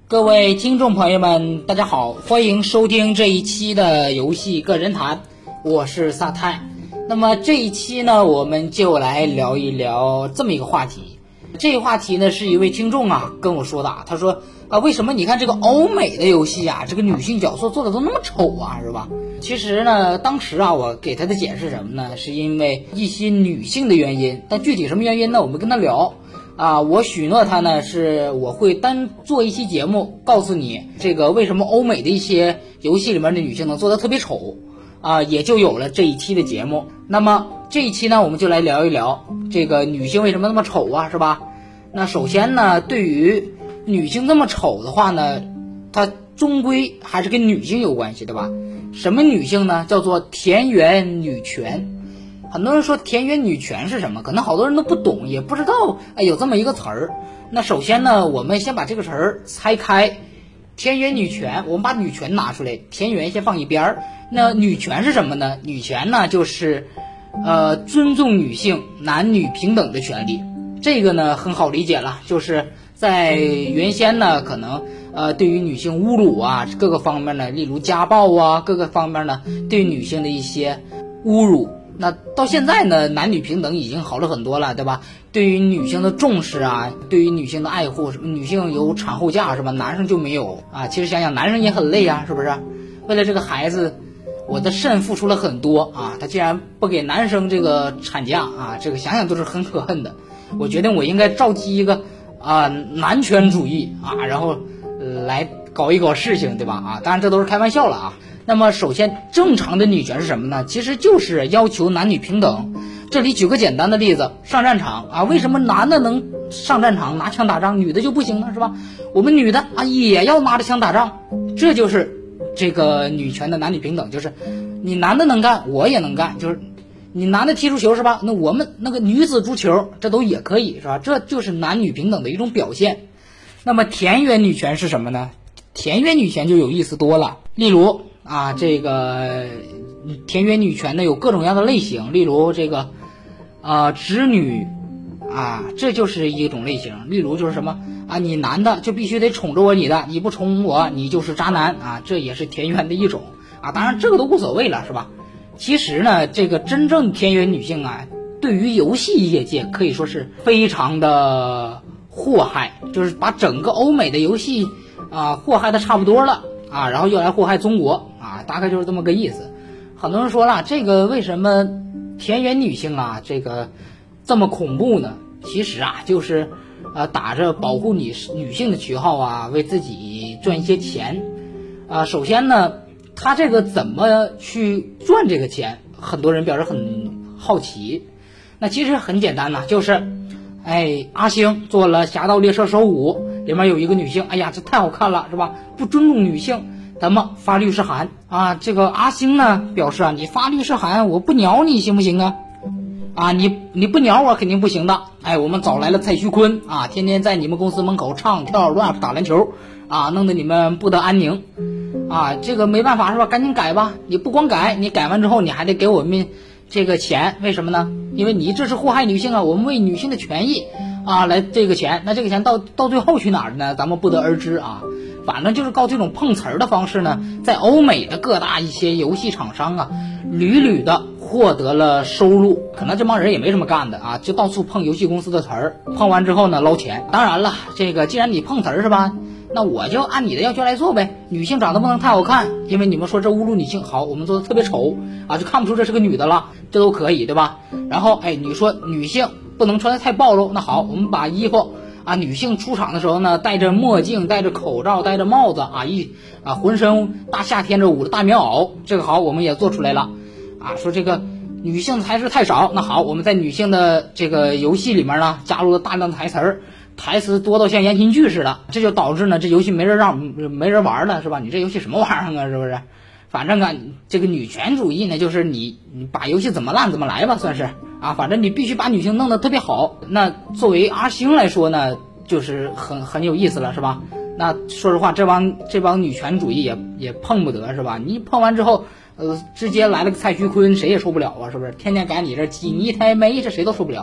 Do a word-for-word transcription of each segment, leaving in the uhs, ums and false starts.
各位听众朋友们，大家好，欢迎收听这一期的游戏个人谈，我是萨泰。那么这一期呢，我们就来聊一聊这么一个话题。这个话题呢，是一位听众啊跟我说的，他说啊，为什么你看这个欧美的游戏啊，这个女性角色做的都那么丑啊，是吧？其实呢，当时啊，我给他的解释什么呢？是因为一些女性的原因，但具体什么原因呢？我们跟他聊。啊，我许诺他呢，是我会单做一期节目，告诉你这个为什么欧美的一些游戏里面的女性能做得特别丑，啊，也就有了这一期的节目。那么这一期呢，我们就来聊一聊这个女性为什么那么丑啊，是吧？那首先呢，对于女性那么丑的话呢，它终归还是跟女性有关系，对吧？什么女性呢？叫做田园女权。很多人说田园女权是什么，可能好多人都不懂，也不知道哎有这么一个词儿。那首先呢，我们先把这个词儿拆开。田园女权，我们把女权拿出来，田园先放一边儿。那女权是什么呢？女权呢就是呃尊重女性男女平等的权利。这个呢很好理解了，就是在原先呢可能呃对于女性侮辱啊各个方面呢，例如家暴啊各个方面呢对女性的一些侮辱。那到现在呢，男女平等已经好了很多了，对吧？对于女性的重视啊，对于女性的爱护，女性有产后假是吧？男生就没有啊。其实想想，男生也很累啊，是不是？为了这个孩子，我的肾付出了很多啊，他竟然不给男生这个产假啊，这个想想都是很可恨的。我决定我应该召集一个啊男权主义啊，然后、呃、来搞一搞事情，对吧？啊，当然这都是开玩笑了啊。那么首先正常的女权是什么呢？其实就是要求男女平等。这里举个简单的例子，上战场啊，为什么男的能上战场拿枪打仗，女的就不行呢，是吧？我们女的啊也要拿着枪打仗，这就是这个女权的男女平等，就是你男的能干我也能干，就是你男的踢足球是吧，那我们那个女子足球这都也可以是吧？这就是男女平等的一种表现。那么田园女权是什么呢？田园女权就有意思多了，例如啊，这个田园女权呢有各种各样的类型，例如这个啊直女啊，这就是一种类型。例如就是什么啊，你男的就必须得宠着我你的，你不宠我你就是渣男啊，这也是田园的一种啊。当然这个都无所谓了，是吧？其实呢，这个真正田园女性啊，对于游戏业界可以说是非常的祸害，就是把整个欧美的游戏啊祸害的差不多了啊，然后又来祸害中国啊，大概就是这么个意思。很多人说了，这个为什么田园女性啊这个这么恐怖呢？其实啊就是呃打着保护女女性的旗号啊，为自己赚一些钱啊。首先呢，他这个怎么去赚这个钱，很多人表示很好奇。那其实很简单呐，就是哎阿星做了《侠盗猎车手五》，里面有一个女性，哎呀这太好看了是吧？不尊重女性，咱们发律师函啊。这个阿星呢表示啊，你发律师函我不鸟你行不行啊？啊你你不鸟我肯定不行的。哎，我们找来了蔡徐坤啊，天天在你们公司门口唱跳 rap 打篮球啊，弄得你们不得安宁啊。这个没办法是吧？赶紧改吧。你不光改，你改完之后你还得给我们这个钱，为什么呢？因为你这是祸害女性啊，我们为女性的权益啊来这个钱，那这个钱到到最后去哪儿呢？咱们不得而知啊。反正就是靠这种碰瓷儿的方式呢，在欧美的各大一些游戏厂商啊，屡屡的获得了收入。可能这帮人也没什么干的啊，就到处碰游戏公司的词儿，碰完之后呢捞钱。当然了，这个既然你碰瓷儿是吧，那我就按你的要求来做呗。女性长得不能太好看，因为你们说这侮辱女性，好，我们做的特别丑啊，就看不出这是个女的了，这都可以对吧？然后哎，你说女性不能穿得太暴露，那好，我们把衣服啊，女性出场的时候呢，戴着墨镜，戴着口罩，戴着帽子啊，一啊浑身大夏天着捂着大棉袄，这个好，我们也做出来了啊。说这个女性台词太少，那好，我们在女性的这个游戏里面呢，加入了大量的台词儿，台词多到像言情剧似的，这就导致呢，这游戏没人让没人玩了，是吧？你这游戏什么玩意儿啊，是不是？反正啊，这个女权主义呢，就是你你把游戏怎么烂怎么来吧，算是啊，反正你必须把女性弄得特别好。那作为阿星来说呢，就是很很有意思了，是吧？那说实话，这帮这帮女权主义也也碰不得，是吧？你碰完之后，呃，直接来了个蔡徐坤，谁也受不了啊，是不是？天天赶你这挤你一台妹，这谁都受不了。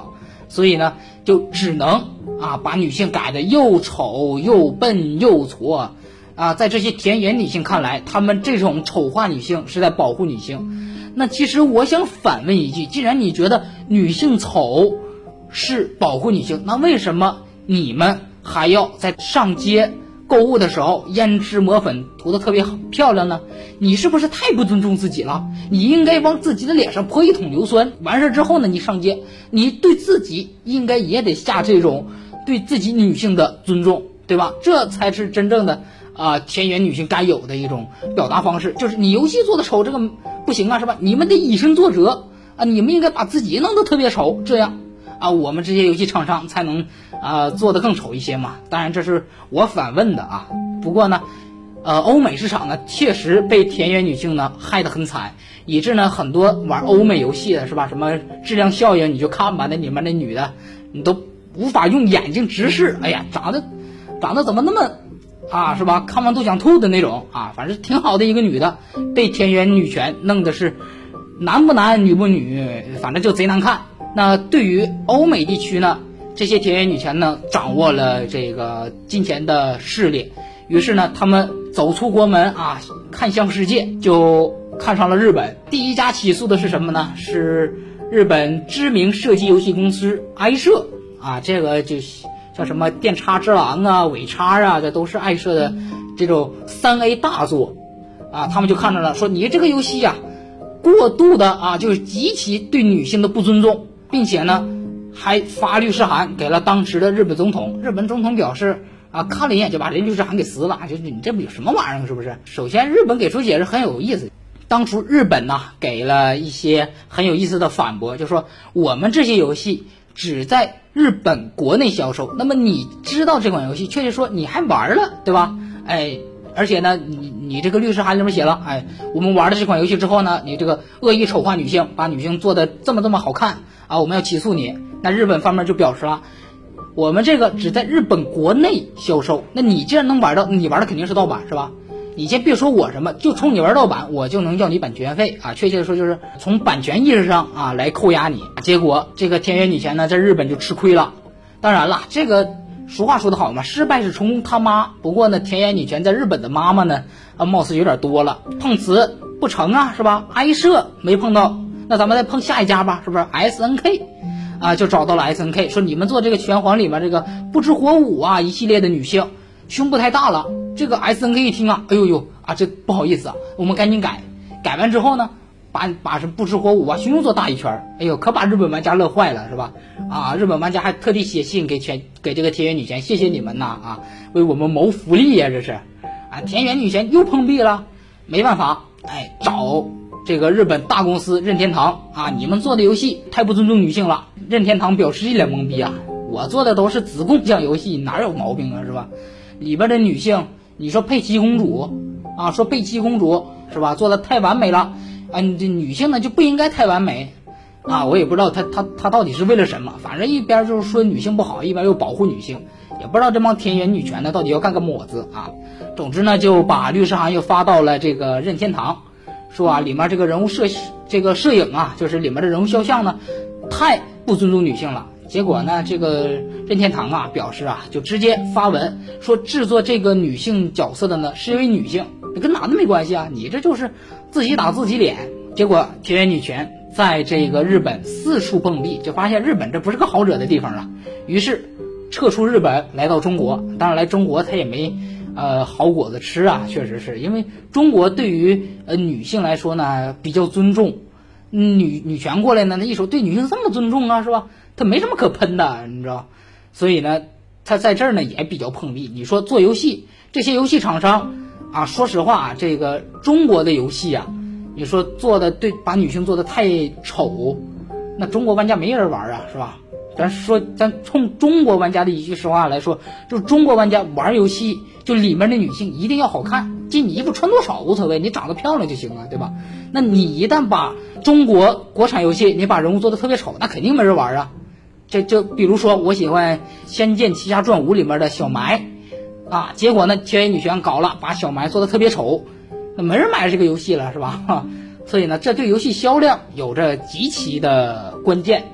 所以呢，就只能啊把女性改得又丑又笨又矬啊。在这些田园女性看来，她们这种丑化女性是在保护女性。那其实我想反问一句，既然你觉得女性丑是保护女性，那为什么你们还要在上街购物的时候胭脂抹粉涂得特别漂亮呢？你是不是太不尊重自己了？你应该往自己的脸上泼一桶硫酸，完事之后呢，你上街，你对自己应该也得下这种对自己女性的尊重，对吧？这才是真正的啊、呃、田园女性该有的一种表达方式。就是你游戏做的丑，这个不行啊，是吧？你们得以身作则啊，你们应该把自己弄得特别丑，这样啊，我们这些游戏厂商才能啊做得更丑一些嘛。当然这是我反问的啊。不过呢，呃，欧美市场呢确实被田园女性呢害得很惨，以致呢很多玩欧美游戏的是吧，什么质量效应你就看吧，那里面那女的你都无法用眼睛直视，哎呀，长得长得怎么那么啊是吧，看完都想吐的那种啊。反正挺好的一个女的，被田园女权弄的是男不男女不女，反正就贼难看。那对于欧美地区呢，这些田园女权呢掌握了这个金钱的势力，于是呢他们走出国门啊，看向世界，就看上了日本。第一家起诉的是什么呢？是日本知名射击游戏公司爱社啊，这个就像什么电叉之狼啊、尾叉啊，这都是爱社的这种三 A 大作啊。他们就看着了，说你这个游戏啊过度的啊，就是极其对女性的不尊重，并且呢还发律师函给了当时的日本总统。日本总统表示啊，看了一眼就把这律师函给撕了，就是你这不有什么玩意儿是不是？首先日本给出解释很有意思，当初日本呢给了一些很有意思的反驳，就说我们这些游戏只在日本国内销售，那么你知道这款游戏，确切说你还玩了，对吧？哎，而且呢你你这个律师函里面写了，哎，我们玩了这款游戏之后呢，你这个恶意丑化女性，把女性做的这么这么好看啊，我们要起诉你。那日本方面就表示了，我们这个只在日本国内销售，那你既然能玩到，你玩的肯定是盗版是吧？你先别说我什么，就冲你玩盗版，我就能要你版权费啊！确切的说，就是从版权意识上啊来扣押你。结果这个田园女权呢，在日本就吃亏了。当然了，这个俗话说得好嘛，失败是成功他妈。不过呢，田园女权在日本的妈妈呢，啊，貌似有点多了。碰瓷不成啊，是吧？爱社没碰到，那咱们再碰下一家吧，是不是 ？S N K 啊，就找到了 S N K， 说你们做这个拳皇里面这个不知火舞啊一系列的女性，胸部太大了。这个 S N K 一听啊，哎呦呦啊，这不好意思啊，我们赶紧改。改完之后呢，把把什么不知火舞啊胸做大一圈，哎呦，可把日本玩家乐坏了，是吧？啊，日本玩家还特地写信给全给这个田园女权，谢谢你们呐啊，为我们谋福利呀，这是啊，田园女权又碰壁了，没办法，哎，找这个日本大公司任天堂啊，你们做的游戏太不尊重女性了。任天堂表示一脸懵逼啊，我做的都是子供向游戏，哪有毛病啊，是吧？里边的女性，你说佩奇公主啊，说佩奇公主是吧，做的太完美了啊，你这女性呢就不应该太完美啊，我也不知道他他他到底是为了什么，反正一边就是说女性不好，一边又保护女性，也不知道这帮田园女权呢到底要干个么子啊。总之呢，就把律师函又发到了这个任天堂，说啊，里面这个人物摄这个摄影啊，就是里面的人物肖像呢，太不尊重女性了。结果呢，这个任天堂啊表示啊，就直接发文说制作这个女性角色的呢是一位女性，跟男的没关系啊，你这就是自己打自己脸。结果田园女权在这个日本四处碰壁，就发现日本这不是个好惹的地方了，于是撤出日本来到中国。当然来中国他也没呃好果子吃啊，确实是因为中国对于呃女性来说呢比较尊重，女女权过来呢，那一手对女性这么尊重啊，是吧？他没什么可喷的，你知道，所以呢，他在这儿呢也比较碰壁。你说做游戏，这些游戏厂商啊，说实话，这个中国的游戏啊，你说做的对，把女性做的太丑，那中国玩家没人玩啊，是吧？咱说，咱冲中国玩家的一句实话来说，就中国玩家玩游戏，就里面的女性一定要好看，就你衣服穿多少无所谓，你长得漂亮就行了，对吧？那你一旦把中国国产游戏，你把人物做的特别丑，那肯定没人玩啊。这就比如说，我喜欢《仙剑奇侠传五》里面的小埋啊，结果呢，田园女权搞了，把小埋做的特别丑，那没人买这个游戏了，是吧？所以呢，这对游戏销量有着极其的关键。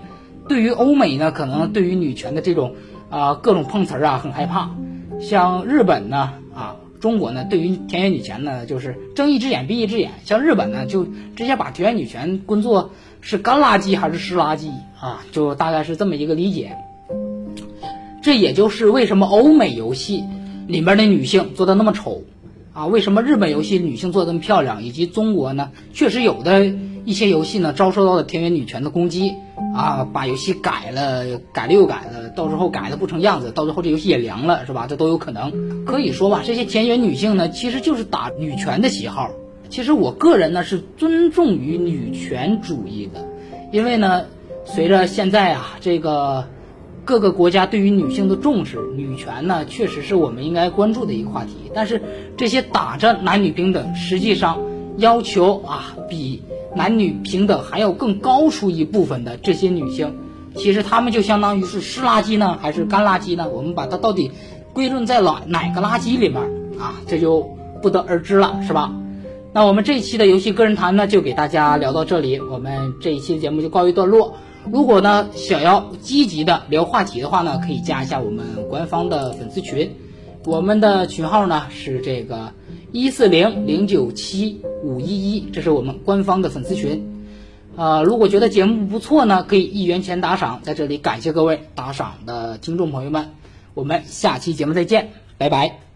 对于欧美呢，可能对于女权的这种啊、呃、各种碰瓷儿啊很害怕。像日本呢啊，中国呢，对于田园女权呢，就是睁一只眼闭一只眼。像日本呢，就直接把田园女权归作是干垃圾还是湿垃圾啊，就大概是这么一个理解。这也就是为什么欧美游戏里面的女性做的那么丑啊，为什么日本游戏女性做的那么漂亮，以及中国呢，确实有的一些游戏呢遭受到了田园女权的攻击啊，把游戏改了改了又改了，到时候改的不成样子，到最后这游戏也凉了，是吧？这都有可能。可以说吧，这些田园女性呢，其实就是打女权的旗号。其实我个人呢是尊重于女权主义的，因为呢，随着现在啊这个各个国家对于女性的重视，女权呢确实是我们应该关注的一个话题。但是这些打着男女平等，实际上要求啊比男女平等还要更高出一部分的这些女性，其实她们就相当于是湿垃圾呢还是干垃圾呢？我们把它到底归论在哪哪个垃圾里面啊？这就不得而知了，是吧？那我们这一期的游戏个人谈呢，就给大家聊到这里，我们这一期的节目就告一段落。如果呢想要积极的聊话题的话呢，可以加一下我们官方的粉丝群，我们的群号呢是这个一四零零九七五一一，这是我们官方的粉丝群。呃，如果觉得节目不错呢，可以一元钱打赏，在这里感谢各位打赏的听众朋友们，我们下期节目再见，拜拜。